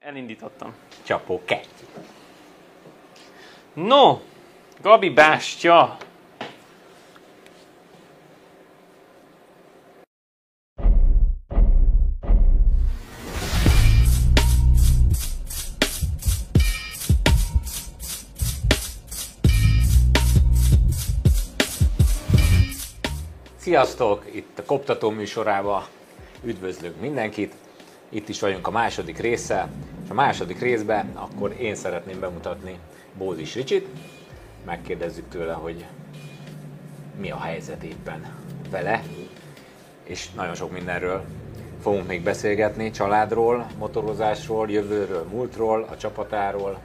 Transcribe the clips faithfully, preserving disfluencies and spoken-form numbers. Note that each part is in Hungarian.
Elindítottam. Csapó kettő. No, Gabi bástya. Sziasztok! Itt a Koptató műsorában üdvözlök mindenkit. Itt is vagyunk a második résszel, és a második részben akkor én szeretném bemutatni Bódis Ricsit. Megkérdezzük tőle, hogy mi a helyzet éppen vele, és nagyon sok mindenről fogunk még beszélgetni, családról, motorozásról, jövőről, múltról, a csapatáról.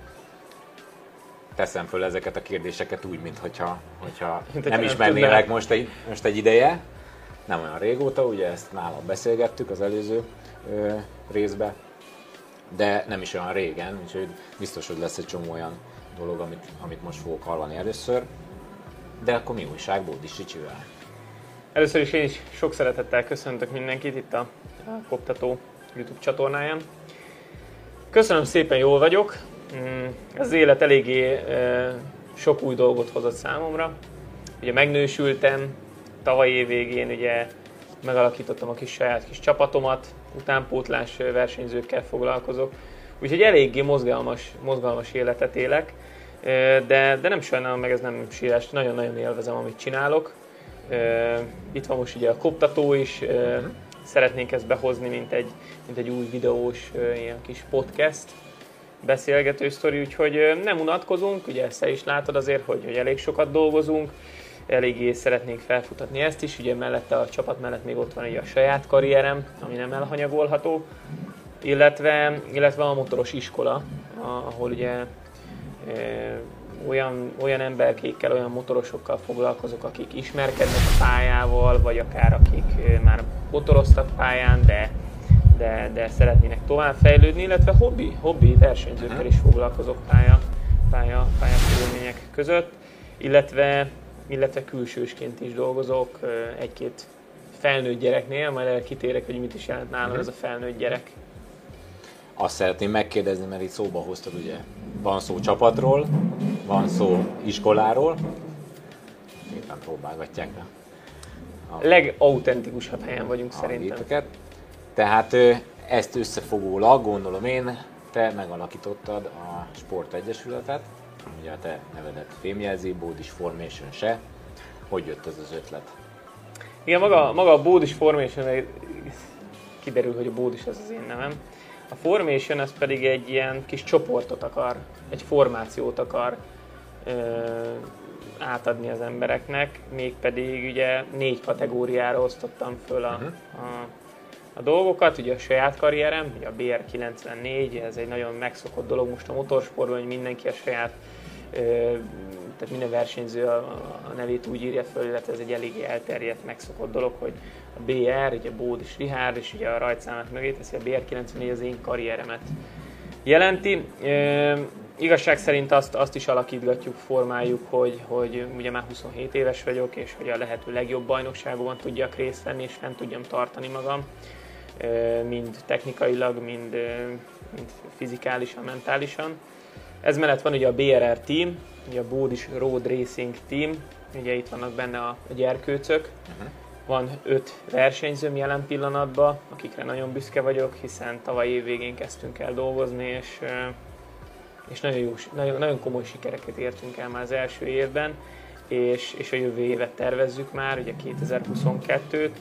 Teszem föl ezeket a kérdéseket úgy, mintha hogyha nem ismernélek most egy, most egy ideje. Nem olyan régóta, ugye ezt nálam beszélgettük az előző ö, részbe, de nem is olyan régen, úgyhogy biztos, hogy lesz egy csomó olyan dolog, amit, amit most fogok hallani először. De akkor mi újság Bódis Ricsivel? Először is én is sok szeretettel köszöntök mindenkit itt a Koptató YouTube csatornáján. Köszönöm szépen, jól vagyok. Az élet eléggé sok új dolgot hozott számomra. Ugye megnősültem, tavaly év végén ugye megalakítottam a kis saját kis csapatomat, utánpótlás versenyzőkkel foglalkozok. Úgyhogy eléggé mozgalmas, mozgalmas életet élek, de, de nem sajnálom meg, ez nem sírás, nagyon-nagyon élvezem, amit csinálok. Itt van most ugye a Koptató is, szeretnénk ezt behozni, mint egy, mint egy új videós ilyen kis podcast, beszélgető sztori, úgyhogy nem unatkozunk, ugye ezt is látod azért, hogy, hogy elég sokat dolgozunk, eléggé szeretnénk felfutatni ezt is, ugye mellette a csapat mellett még ott van ugye a saját karrierem, ami nem elhanyagolható, illetve, illetve a motoros iskola, ahol ugye e, olyan, olyan emberkékkel, olyan motorosokkal foglalkozok, akik ismerkednek a pályával, vagy akár akik már motoroztak pályán, de De, de szeretnének továbbfejlődni, illetve hobbi, hobbi versenyzőkkel is foglalkozok pálya, pálya, pályakörülmények között, illetve, illetve külsősként is dolgozok egy-két felnőtt gyereknél, majd el kitérek, hogy mit is jelent nálam ez a felnőtt gyerek. Azt szeretném megkérdezni, mert itt szóba hoztad, ugye van szó csapatról, van szó iskoláról, éppen próbálgatják a, a legautentikusabb helyen vagyunk a szerintem. Gépeket. Tehát ezt összefogólag, gondolom én, te megalakítottad a Sportegyesületet, ugye a te nevedet fémjelzi, Bódis Formation se. Hogy jött ez az ötlet? Igen, maga, maga a Bódis Formation, kiderül, hogy a Bódis az az én nevem. A Formation az pedig egy ilyen kis csoportot akar, egy formációt akar ö, átadni az embereknek, mégpedig ugye négy kategóriára osztottam föl a, uh-huh. a a dolgokat, ugye a saját karrierem, ugye a bé er kilencvennégy, ez egy nagyon megszokott dolog most a motorsportban, hogy mindenki a saját, tehát minden versenyző a, a nevét úgy írja föl, illetve ez egy eléggé elterjedt, megszokott dolog, hogy a bé er, ugye Bódis Richárd, és ugye a rajtszámát mögé teszi, a bé er kilencvennégy az én karrieremet jelenti. E, igazság szerint azt, azt is alakítgatjuk, formáljuk, hogy, hogy ugye már huszonhét éves vagyok, és hogy a lehető legjobb bajnokságokban tudjak részt venni, és fent tudjam tartani magam. Mind technikailag, mind, mind fizikálisan, mentálisan. Ez mellett van ugye a bé er er Team, ugye a Bódis Road Racing Team, ugye itt vannak benne a gyerkőcök. Uh-huh. Van öt versenyzőm jelen pillanatban, akikre nagyon büszke vagyok, hiszen tavaly év végén kezdtünk el dolgozni, és, és nagyon, jó, nagyon, nagyon komoly sikereket értünk el már az első évben, és, és a jövő évet tervezzük már, ugye kétezer-huszonkettőt.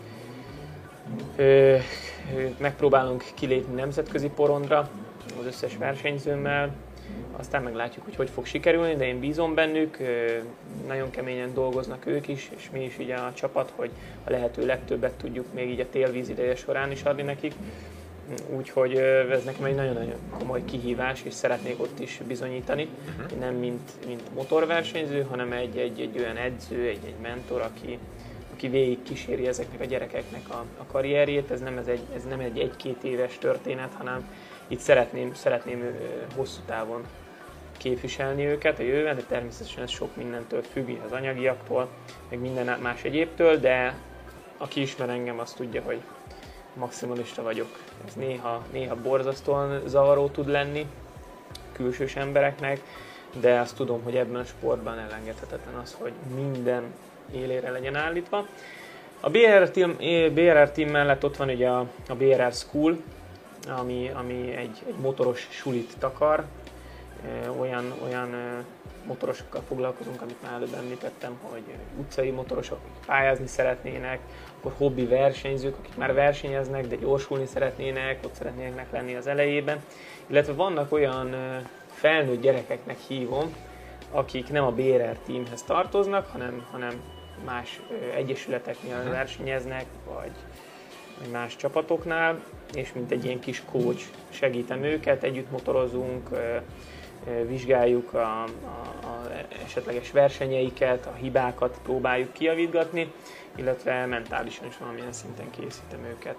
Ö, megpróbálunk kilépni nemzetközi porondra az összes versenyzőmmel, aztán meglátjuk, hogy hogy fog sikerülni, de én bízom bennük, nagyon keményen dolgoznak ők is, és mi is így a csapat, hogy a lehető legtöbbet tudjuk még így a télvíz ideje során is adni nekik. Úgyhogy ez nekem egy nagyon-nagyon komoly kihívás, és szeretnék ott is bizonyítani, uh-huh. nem mint, mint motorversenyző, hanem egy, egy, egy olyan edző, egy, egy mentor, aki aki végig kíséri ezeknek a gyerekeknek a, a karrierjét. Ez nem, ez egy, ez nem egy egy-két éves történet, hanem itt szeretném, szeretném hosszú távon képviselni őket a jövőben, de természetesen ez sok mindentől függ, az anyagiaktól, meg minden más egyébtől, de aki ismer engem, azt tudja, hogy maximalista vagyok. ez néha, néha borzasztóan zavaró tud lenni külsős embereknek, de azt tudom, hogy ebben a sportban elengedhetetlen az, hogy minden élére legyen állítva. A bé er er team, bé er er team mellett ott van ugye a, a bé er er School, ami, ami egy, egy motoros sulit takar. Olyan, olyan motorosokkal foglalkozunk, amit már előbb említettem, hogy utcai motorosok, akik pályázni szeretnének, akkor hobbi versenyzők, akik már versenyeznek, de gyorsulni szeretnének, ott szeretnének lenni az elejében. Illetve vannak olyan felnőtt gyerekeknek hívom, akik nem a bé er er teamhez tartoznak, hanem, hanem más egyesületeknél uh-huh. versenyeznek, vagy más csapatoknál, és mint egy ilyen kis coach segítem őket, együtt motorozunk, vizsgáljuk a, a, a esetleges versenyeiket, a hibákat próbáljuk kijavítgatni, illetve mentálisan is valamilyen szinten készítem őket,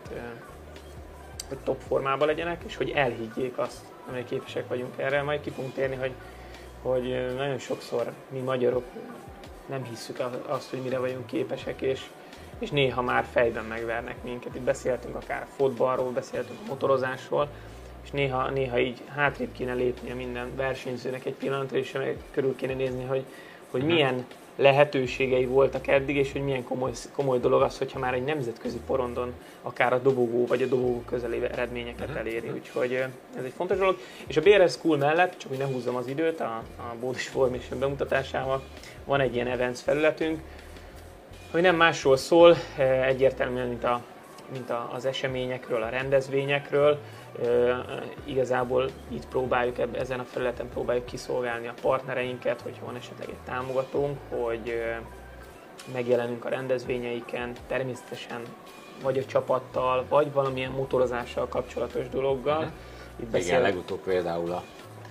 hogy top formában legyenek, és hogy elhiggyék azt, amely képesek vagyunk erre. Majd ki fogunk térni, hogy, hogy nagyon sokszor mi magyarok nem hisszük azt, hogy mire vagyunk képesek, és, és néha már fejben megvernek minket. Itt beszéltünk akár a fotballról, beszéltünk a motorozásról, és néha, néha így hátrébb kéne lépnie minden versenyzőnek egy pillanatra, és körül kéne nézni, hogy, hogy milyen lehetőségei voltak eddig, és hogy milyen komoly, komoly dolog az, hogyha már egy nemzetközi porondon akár a dobogó vagy a dobogó közeli eredményeket eléri. Úgyhogy ez egy fontos dolog. És a bé er er School mellett, csak hogy ne húzzam az időt a, a Bódis Formation bemutatásával, van egy ilyen events felületünk, ami nem másról szól, egyértelműen, mint, a, mint a, az eseményekről, a rendezvényekről. E, igazából itt próbáljuk, ezen a felületen próbáljuk kiszolgálni a partnereinket, hogyha van esetleg egy támogatónk, hogy e, megjelenünk a rendezvényeiken, természetesen vagy a csapattal, vagy valamilyen motorozással kapcsolatos dologgal. Uh-huh. Itt beszél... Igen, legutóbb például a,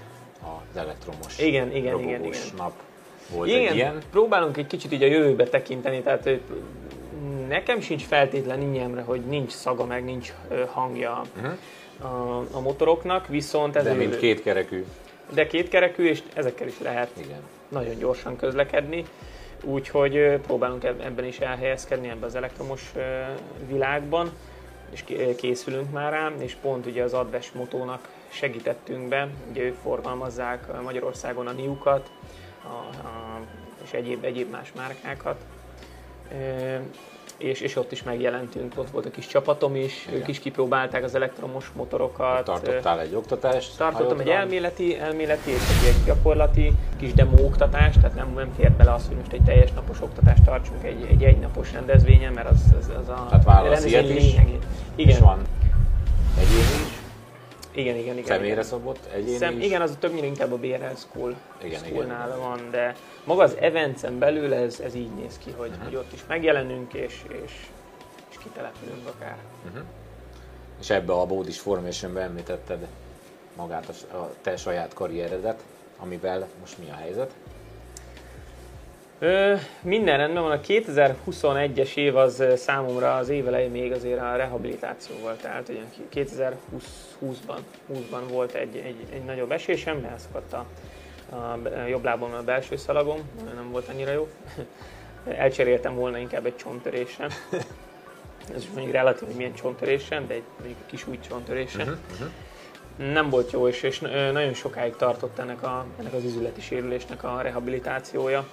az elektromos igen, igen, igen, igen. nap volt igen, egy ilyen. Próbálunk egy kicsit így a jövőbe tekinteni, tehát nekem sincs feltétlen ingyemre, hogy nincs szaga, meg nincs hangja uh-huh. a, a motoroknak, viszont ez... De mint kétkerekű. De kétkerekű, és ezekkel is lehet igen. nagyon gyorsan közlekedni. Úgyhogy próbálunk ebben is elhelyezkedni, ebben az elektromos világban, és készülünk már rá, és pont ugye az Adves Motónak segítettünk be, ugye ők forgalmazzák Magyarországon a Niukat, a, a, és egyéb, egyéb más márkákat. És, és ott is megjelentünk, ott volt a kis csapatom is, igen. Ők is kipróbálták az elektromos motorokat. Tartottál egy oktatást? Tartottam egy elméleti, elméleti és egy, egy gyakorlati kis demo oktatást, tehát nem, nem fér bele az, hogy most egy teljes napos oktatást tartsunk egy, egy egynapos rendezvényen, mert az, az, az a tehát válasz ilyet is, igen. És van egyéni is? Igen, igen, igen. Személyre szabott egyéni Szem, is? Igen, az többnyire inkább a bé er er School, igen, School-nál igen. van, de maga az eventsen belül ez, ez így néz ki, hogy, uh-huh. hogy ott is megjelenünk és, és, és kitelepülünk akár. Uh-huh. És ebbe a Bódis Formationbe említetted magát a, a te saját karrieredet, amivel most mi a helyzet? Ö, minden rendben van, a kétezer-huszonegyes év az számomra az év elején még azért a rehabilitáció volt, tehát ugye kétezer-húszban húszban volt egy, egy, egy nagyobb esésem, elszakadt a, a jobb lábon a belső szalagom, nem volt annyira jó. Elcseréltem volna inkább egy csonttörésre. Ez is mondjuk relatív, hogy milyen csonttörésre, de egy mondjuk kis új csonttörésre. Uh-huh, uh-huh. Nem volt jó, és, és nagyon sokáig tartott ennek, a, ennek az izületi sérülésnek a rehabilitációja.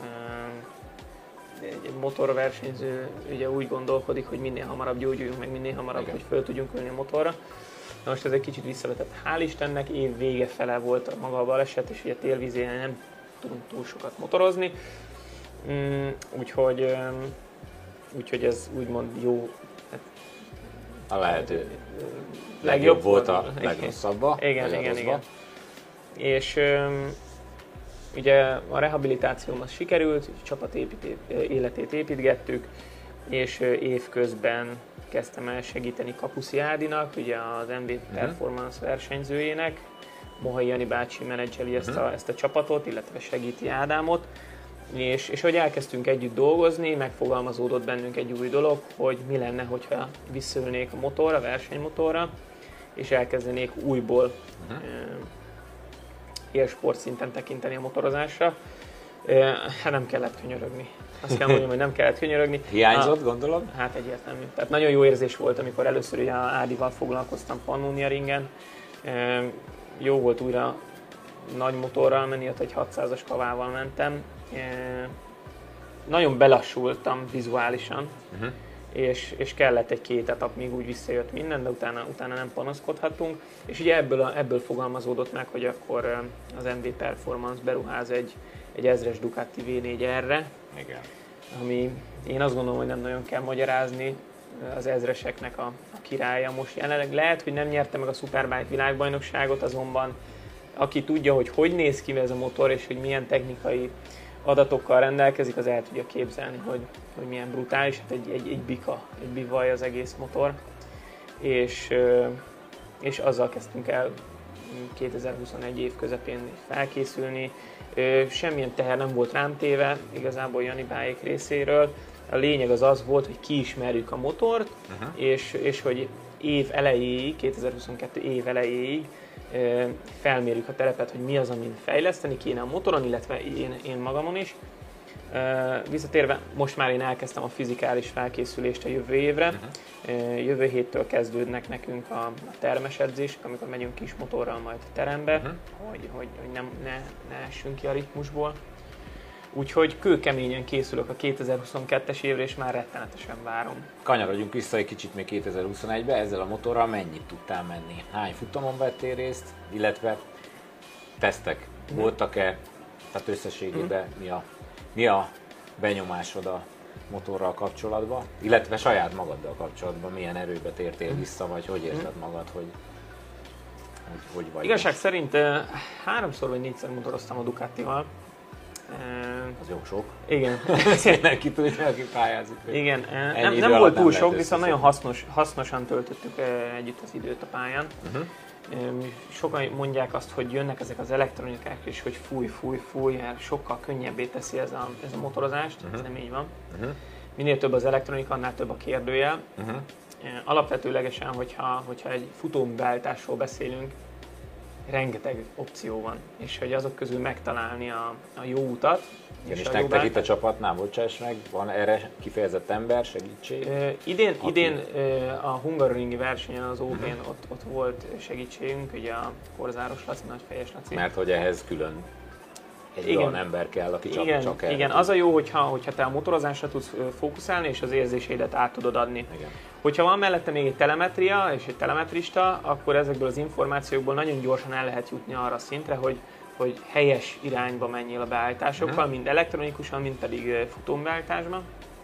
Egy motorversenyző ugye úgy gondolkodik, hogy minél hamarabb gyógyuljunk meg, minél hamarabb, igen. hogy föl tudjunk ülni a motorra. Na most ez egy kicsit visszavetett. Hál' Istennek év vége fele volt a maga a baleset, és ugye télvízén nem tudunk túl sokat motorozni. Úgyhogy, úgyhogy ez úgymond jó. A lehető legjobb volt a legrosszabbba. Igen, igen, igen. És ugye a rehabilitációm az sikerült, csapat épít, életét építgettük, és évközben kezdtem el segíteni Kapuszi Ádinak, ugye az em vé uh-huh. Performance versenyzőjének. Mohai Jani bácsi menedzseli ezt, uh-huh. a, ezt a csapatot, illetve segíti Ádámot. És, és hogy elkezdtünk együtt dolgozni, megfogalmazódott bennünk egy új dolog, hogy mi lenne, hogyha visszaülnék a motorra, a versenymotorra, és elkezdenék újból uh-huh. élsport szinten tekinteni a motorozásra. Hát nem kellett könyörögni. Azt kell mondjam, hogy nem kellett könyörögni. Hiányzott, gondolom? Hát egyértelmű. Tehát nagyon jó érzés volt, amikor először ugye Ádival foglalkoztam Pannonia ringen. Jó volt újra nagy motorral menni, ott egy hatszázas kavával mentem. Nagyon belassultam vizuálisan, uh-huh. és, és kellett egy-két etap, még úgy visszajött minden, de utána, utána nem panaszkodhatunk. És ugye ebből, a, ebből fogalmazódott meg, hogy akkor az em vé Performance beruház egy, egy ezres Ducati vé négy erre, igen. ami én azt gondolom, hogy nem nagyon kell magyarázni, az ezreseknek a, a királya most jelenleg. Lehet, hogy nem nyerte meg a Superbike világbajnokságot, azonban aki tudja, hogy hogy néz ki ez a motor, és hogy milyen technikai adatokkal rendelkezik, az el tudja képzelni, hogy, hogy milyen brutális. Hát egy, egy, egy bika, egy bivaj az egész motor. És, és azzal kezdtünk el kétezer-huszonegy év közepén felkészülni. Semmilyen teher nem volt rám téve, igazából Jani báék részéről. A lényeg az az volt, hogy kiismerjük a motort, uh-huh. és, és hogy év elejéig, kétezer-huszonkettő év elejéig felmérjük a telepet, hogy mi az, amin fejleszteni kéne a motoron, illetve én, én magamon is. Visszatérve, most már én elkezdtem a fizikális felkészülést a jövő évre. Uh-huh. Jövő héttől kezdődnek nekünk a, a termes edzések, amikor megyünk kis motorral majd terembe, uh-huh. hogy, hogy, hogy nem, ne, ne essünk ki a ritmusból. Úgyhogy kőkeményen készülök a kétezer-huszonkettes évre, és már rettenetesen várom. Kanyarodjunk vissza egy kicsit még kétezer-huszonegybe, ezzel a motorral mennyit tudtál menni? Hány futamon vettél részt, illetve tesztek voltak-e? Tehát összességében mm. mi, a, mi a benyomásod a motorral kapcsolatban, illetve saját magaddal kapcsolatban, milyen erőbe tértél mm. vissza, vagy hogy érzed magad, hogy hogy, hogy vagy? Igazság most? Szerint uh, háromszor vagy négyszer motoroztam a Ducatival. Az jó sok. Igen. Mindenki tudja, aki pályázik. Igen, nem, nem volt túl sok, viszont nagyon hasznos, hasznosan töltöttük együtt az időt a pályán. Uh-huh. Sokan mondják azt, hogy jönnek ezek az elektronikák, és hogy fúj, fúj, fúj, mert sokkal könnyebbé teszi ez a, ez a motorozást, uh-huh. ez nem így van. Uh-huh. Minél több az elektronika, annál több a kérdőjel. Uh-huh. Alapvetőlegesen, hogyha, hogyha egy futóműbeállításról beszélünk, rengeteg opció van, és hogy azok közül megtalálni a, a jó utat. És, és nektek itt a csapatnál, bocsáss meg, van erre kifejezett ember, segítség? Uh, idén Aki... idén uh, a hungaroringi versenyen, az ó bén uh-huh. ott, ott volt segítségünk, ugye a Korzáros Laci, Nagyfejes Laci. Mert hogy ehhez külön egy igen. olyan ember kell, aki csak, igen, csak erre igen, tud. Az a jó, hogyha, hogyha te a motorozásra tudsz fókuszálni, és az érzéseidet át tudod adni. Igen. Hogyha van mellette még egy telemetria és egy telemetrista, akkor ezekből az információkból nagyon gyorsan el lehet jutni arra a szintre, hogy, hogy helyes irányba menjél a beállításokkal, uh-huh. mind elektronikusan, mind pedig futómbeállításban.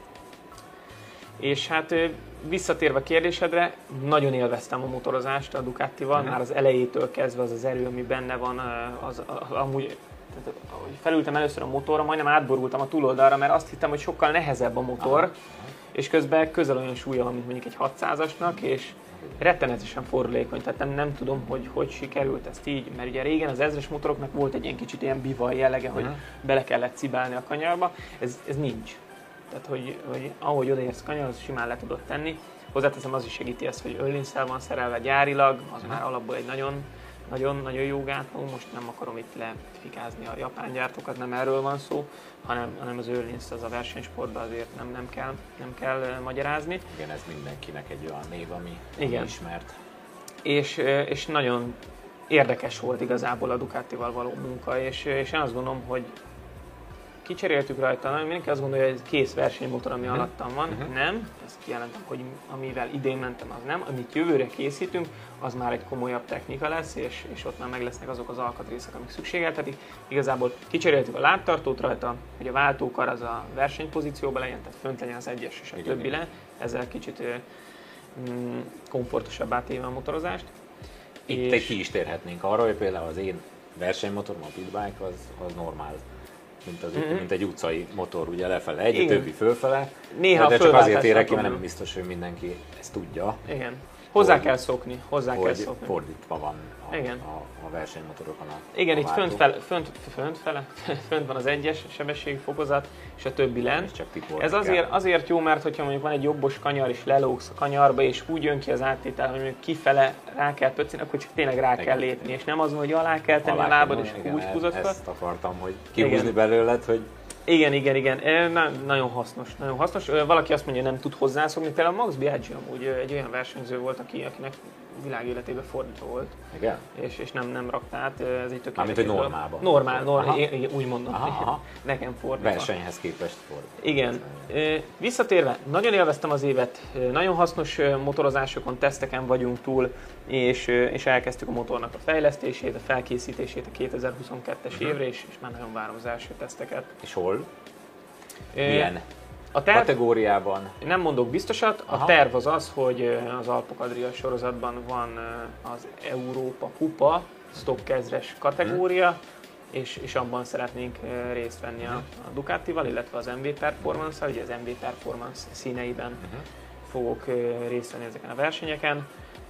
És hát visszatérve a kérdésedre, nagyon élveztem a motorozást a Ducatival, uh-huh. már az elejétől kezdve az az erő, ami benne van, az, az amúgy tehát, ahogy felültem először a motorra, majdnem átborultam a túloldalra, mert azt hittem, hogy sokkal nehezebb a motor, aha, és közben közel olyan súlya van, mint mondjuk egy hatszázasnak, és rettenetesen forrulékony, tehát nem, nem tudom, hogy hogy sikerült ezt így, mert ugye régen az ezres motoroknak volt egy ilyen kicsit ilyen bivaj jellege, hogy uh-huh. bele kellett cibálni a kanyarba, ez, ez nincs. Tehát, hogy, hogy ahogy odaérsz kanyarhoz, simán le tudod tenni. Hozzáteszem, az is segíti ezt, hogy öllinszel van szerelve gyárilag, az uh-huh. már alapból egy nagyon Nagyon-nagyon jó gátló, most nem akarom itt lefikázni a japán gyártókat, nem erről van szó, hanem, hanem az Öhrlinz az a versenysportban azért nem, nem, kell, nem kell magyarázni. Igen, ez mindenkinek egy olyan név, ami, igen. ami ismert. És, és nagyon érdekes volt igazából a Ducatival való munka, és, és én azt gondolom, hogy kicseréltük rajta, nem? Mindenki azt gondolja, hogy ez kész versenymotor, ami uh-huh. alattam van. Uh-huh. Nem, ezt kijelentem, hogy amivel idén mentem, az nem. Amit jövőre készítünk, az már egy komolyabb technika lesz, és, és ott már meg lesznek azok az alkatrészek, amik szükségeltetik. Igazából kicseréltük a lábtartót rajta, hogy a váltókar az a versenypozícióban legyen, tehát fönt legyen az egyes és a igen, többi igen. le. Ezzel kicsit mm, komfortosabbá téve a motorozást. Itt és... ki is térhetnénk arra, hogy például az én versenymotorom, a pitbike, az, az normál. Mint, az, mm-hmm. mint egy utcai motor, ugye lefele egy, a többi fölfele. Néha de, de csak azért érek ki, mert nem biztos, hogy mindenki ezt tudja. Igen. Hozzá hogy, kell szokni, hozzá kell hogy szokni. fordítva van a, Igen. a, a versenymotorokon a Igen, a itt váltó. fönt, fele, fönt, fönt, fele, fönt van az egyes sebességfokozat, és a többi lent. És csak Ez azért, azért jó, mert hogyha mondjuk van egy jobbos kanyar, és lelógsz a kanyarba, és úgy jön ki az áttétel, hogy mondjuk kifele rá kell pöccini, akkor csak tényleg rá Igen. kell lépni, és nem az, hogy alá kell tenni Alá a lábad, kell és nyomni, úgy igen, húzod e- fel. Ezt akartam, hogy kihúzni Igen. belőled, hogy Igen, igen, igen. E, na, nagyon hasznos, nagyon hasznos. Ö, Valaki azt mondja, nem tud hozzászokni. Például Max Biaggi amúgy ö, egy olyan versenyző volt, aki, akinek világéletében fordítva volt, igen? és, és nem, nem rakt át. Ez egy tökéletes. Mármint, hogy normálban. Normál, normál, Aha. én, én úgy mondom. Aha, aha. Nekem fordítva. Versenyhez képest fordít. Igen. Ö, Visszatérve, nagyon élveztem az évet, Ö, nagyon hasznos ö, motorozásokon, teszteken vagyunk túl, és, ö, és elkezdtük a motornak a fejlesztését, a felkészítését a kétezer-huszonkettes Uh-huh. évre, és, és már nagyon várom az első teszteket. És hol? Ö, Milyen A terv, kategóriában? nem mondok biztosat, a Aha. terv az az, hogy ö, az Alpok Adria sorozatban van ö, az Európa Kupa, Stock ezres kategória, és, és abban szeretnénk ö, részt venni a, a Ducatival, illetve az em vé Performance-szal, ugye az em vé Performance színeiben Uh-huh. fogok ö, részt venni ezeken a versenyeken,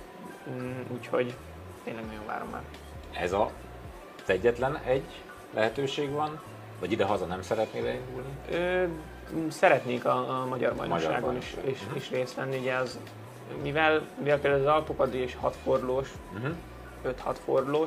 Mm, úgyhogy tényleg nagyon várom már. Ez a, az egyetlen egy lehetőség van? Vagy ide-haza nem szeretnél elindulni? Ö, m, Szeretnék a, a magyar bajnokságon is, bajnokság. is, is részt venni, ugye az, mivel, mivel például az Alpok Adria is hat fordulós, Uh-huh. öt-hat fordulós,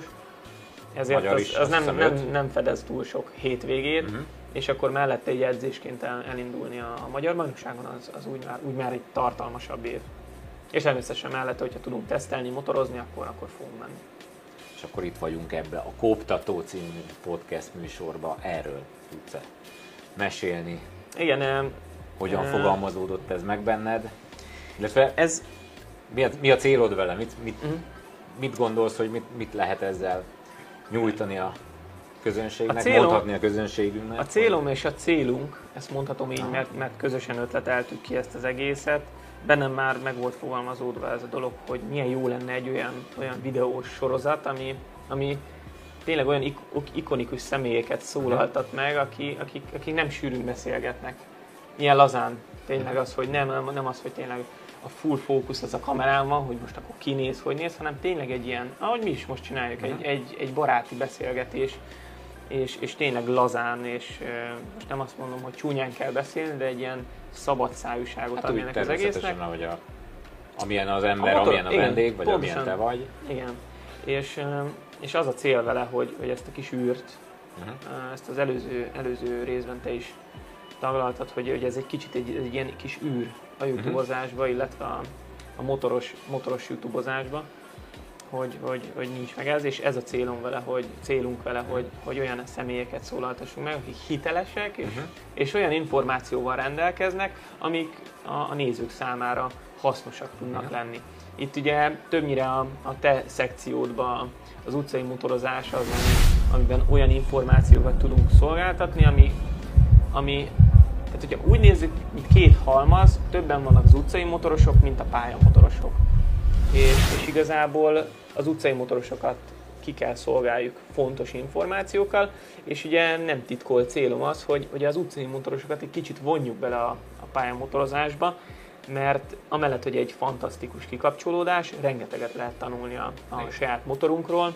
ezért Magyar az, is, az azt nem, hiszem, nem, öt. nem fedez túl sok hétvégét, Uh-huh. és akkor mellette egy edzésként el, elindulni a, a magyar bajnokságon, az, az úgy, már, úgy már egy tartalmasabb év. És természetesen mellette, hogyha tudunk tesztelni, motorozni, akkor, akkor fogunk menni. És akkor itt vagyunk ebbe a Kóptató című podcast műsorba. Erről tudsz-e mesélni? Igen, ö, Hogyan ö, fogalmazódott ez meg benned? Illetve ez, mi a, mi a célod vele? Mit, mit, uh-huh. mit gondolsz, hogy mit, mit lehet ezzel nyújtani a közönségnek, A célom- mondhatni a közönségünknek? A célom és a célunk, ezt mondhatom így, Aha. mert, mert közösen ötleteltük ki ezt az egészet. Bennem már meg volt fogalmazódva ez a dolog, hogy milyen jó lenne egy olyan, olyan videós sorozat, ami, ami tényleg olyan ik- ikonikus személyeket szólaltat meg, aki, akik, akik nem sűrűn beszélgetnek. Ilyen lazán. Tényleg az, hogy nem, nem az, hogy tényleg a full fókusz az a kamerán van, hogy most akkor kinéz, hogy néz, hanem tényleg egy ilyen, ahogy mi is most csináljuk, egy, egy, egy baráti beszélgetés, és, és tényleg lazán, és uh, most nem azt mondom, hogy csúnyán kell beszélni, de egy ilyen szabad szájúságot Hát ad úgy ennek az természetesen, egésznek. ahogy a, amilyen az ember, A motor- amilyen a igen, vendég, vagy pontosan. amilyen te vagy. Igen. És, uh, és az a cél vele, hogy, hogy ezt a kis űrt, Uh-huh. uh, ezt az előző, előző részben te is taglaltad, hogy, hogy ez egy kicsit egy, egy ilyen kis űr a youtubozásba, illetve a, a motoros, motoros youtubozásba, hogy, hogy, hogy nincs meg ez, és ez a célom vele, hogy, célunk vele, hogy, hogy olyan személyeket szólaltassunk meg, akik hitelesek, és, Uh-huh. és olyan információval rendelkeznek, amik a, a nézők számára hasznosak tudnak Uh-huh. lenni. Itt ugye többnyire a, a te szekciódban az utcai motorozás az, ami, amiben olyan információkat tudunk szolgáltatni, ami, ami tehát hogyha úgy nézzük, mint két halmaz, többen vannak az utcai motorosok, mint a pályamotorosok. És, és igazából az utcai motorosokat ki kell szolgáljuk fontos információkkal, és ugye nem titkolt célom az, hogy, hogy az utcai motorosokat egy kicsit vonjuk bele a, a pályamotorozásba, mert amellett, hogy egy fantasztikus kikapcsolódás, rengeteget lehet tanulni a, a saját motorunkról,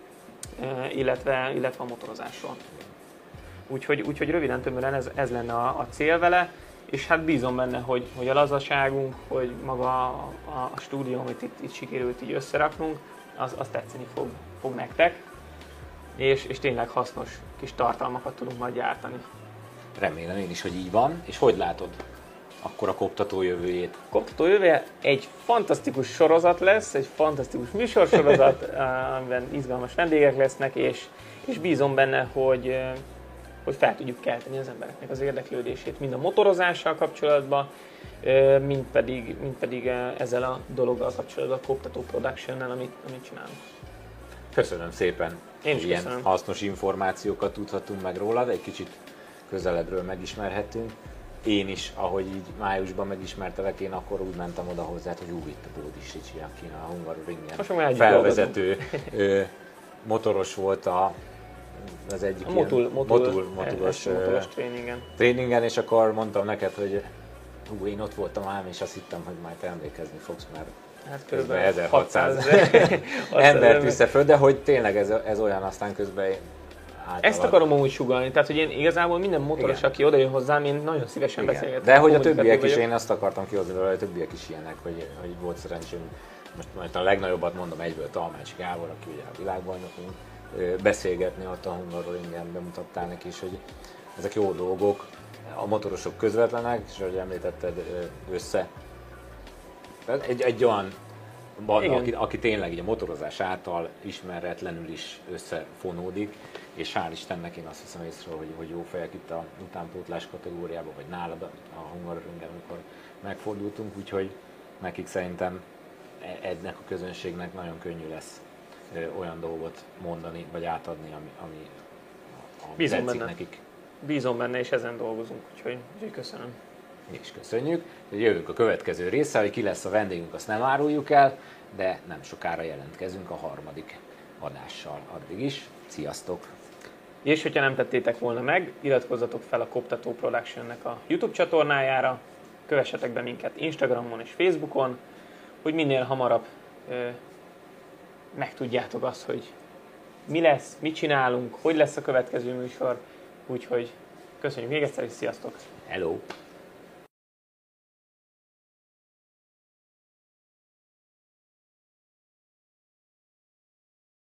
illetve, illetve a motorozásról. Úgyhogy, úgyhogy röviden tömören ez, ez lenne a, a cél vele, és hát bízom benne, hogy, hogy a lazaságunk, hogy maga a, a, a stúdió, amit itt, itt sikerült így összeraknunk, az, az tetszeni fog, fog nektek, és, és tényleg hasznos kis tartalmakat tudunk majd gyártani. Remélem én is, hogy így van. És hogy látod akkor a Koptató jövőjét? Koptató jövője egy fantasztikus sorozat lesz, egy fantasztikus műsorsorozat, amiben izgalmas vendégek lesznek, és, és bízom benne, hogy, hogy fel tudjuk kelteni az embereknek az érdeklődését, mind a motorozással kapcsolatban, mind pedig, mind pedig ezzel a dologgal kapcsolatban, a Koptató Production-nel, amit, amit csinálunk. Köszönöm szépen, Én is ilyen köszönöm. hasznos információkat tudhatunk meg rólad, egy kicsit közelebbről megismerhettünk. Én is, ahogy így májusban megismertelek, én akkor úgy mentem oda hozzá, hogy úgy itt a Bódis Ricsi, aki a Hungaroringen felvezető ö, motoros volt a, az egyik A motul, ilyen motul, motul, motulos, motulos tréningen. tréningen, és akkor mondtam neked, hogy hú, én ott voltam ám, és azt hittem, hogy majd te emlékezni fogsz, mert Hát közben kb. ezerhatszáz hatszázezer embert vissza föl, de hogy tényleg ez, ez olyan aztán közben általában... Ezt akarom amúgy sugalni, tehát hogy én igazából minden motoros, Igen. aki odajön hozzám, én nagyon szívesen Igen. beszélgetek. De hogy a többiek kommunikatív is, vagyok. én azt akartam kihozni vele, hogy a többiek is ilyenek, hogy, hogy volt szerencsém, most majd a legnagyobbat mondom egyből, Talmács Gábor, aki ugye a világbajnokunk, ö, beszélgetni ott a Hungaroringen, bemutattál neki is, hogy ezek jó dolgok, a motorosok közvetlenek, és ahogy említetted, ö, össze. Egy, egy olyan banda, aki, aki tényleg így a motorozás által ismeretlenül is összefonódik, és hál' Istennek én azt hiszem észre, hogy, hogy jó fejek itt a utánpótlás kategóriában, vagy nálad a, a Hungaroringen, amikor megfordultunk, úgyhogy nekik szerintem ennek a közönségnek nagyon könnyű lesz ö, olyan dolgot mondani, vagy átadni, ami, ami, ami Bízom tetszik benne. nekik. Bízom benne, és ezen dolgozunk, úgyhogy, úgyhogy köszönöm. Mi is köszönjük. Jövünk a következő része, hogy ki lesz a vendégünk, azt nem áruljuk el, de nem sokára jelentkezünk a harmadik adással. Addig is, sziasztok! És hogyha nem tettétek volna meg, iratkozzatok fel a Koptató Productionnek a YouTube csatornájára, kövessetek be minket Instagramon és Facebookon, hogy minél hamarabb ö, megtudjátok azt, hogy mi lesz, mit csinálunk, hogy lesz a következő műsor, úgyhogy köszönjük még egyszer, és sziasztok! Hello!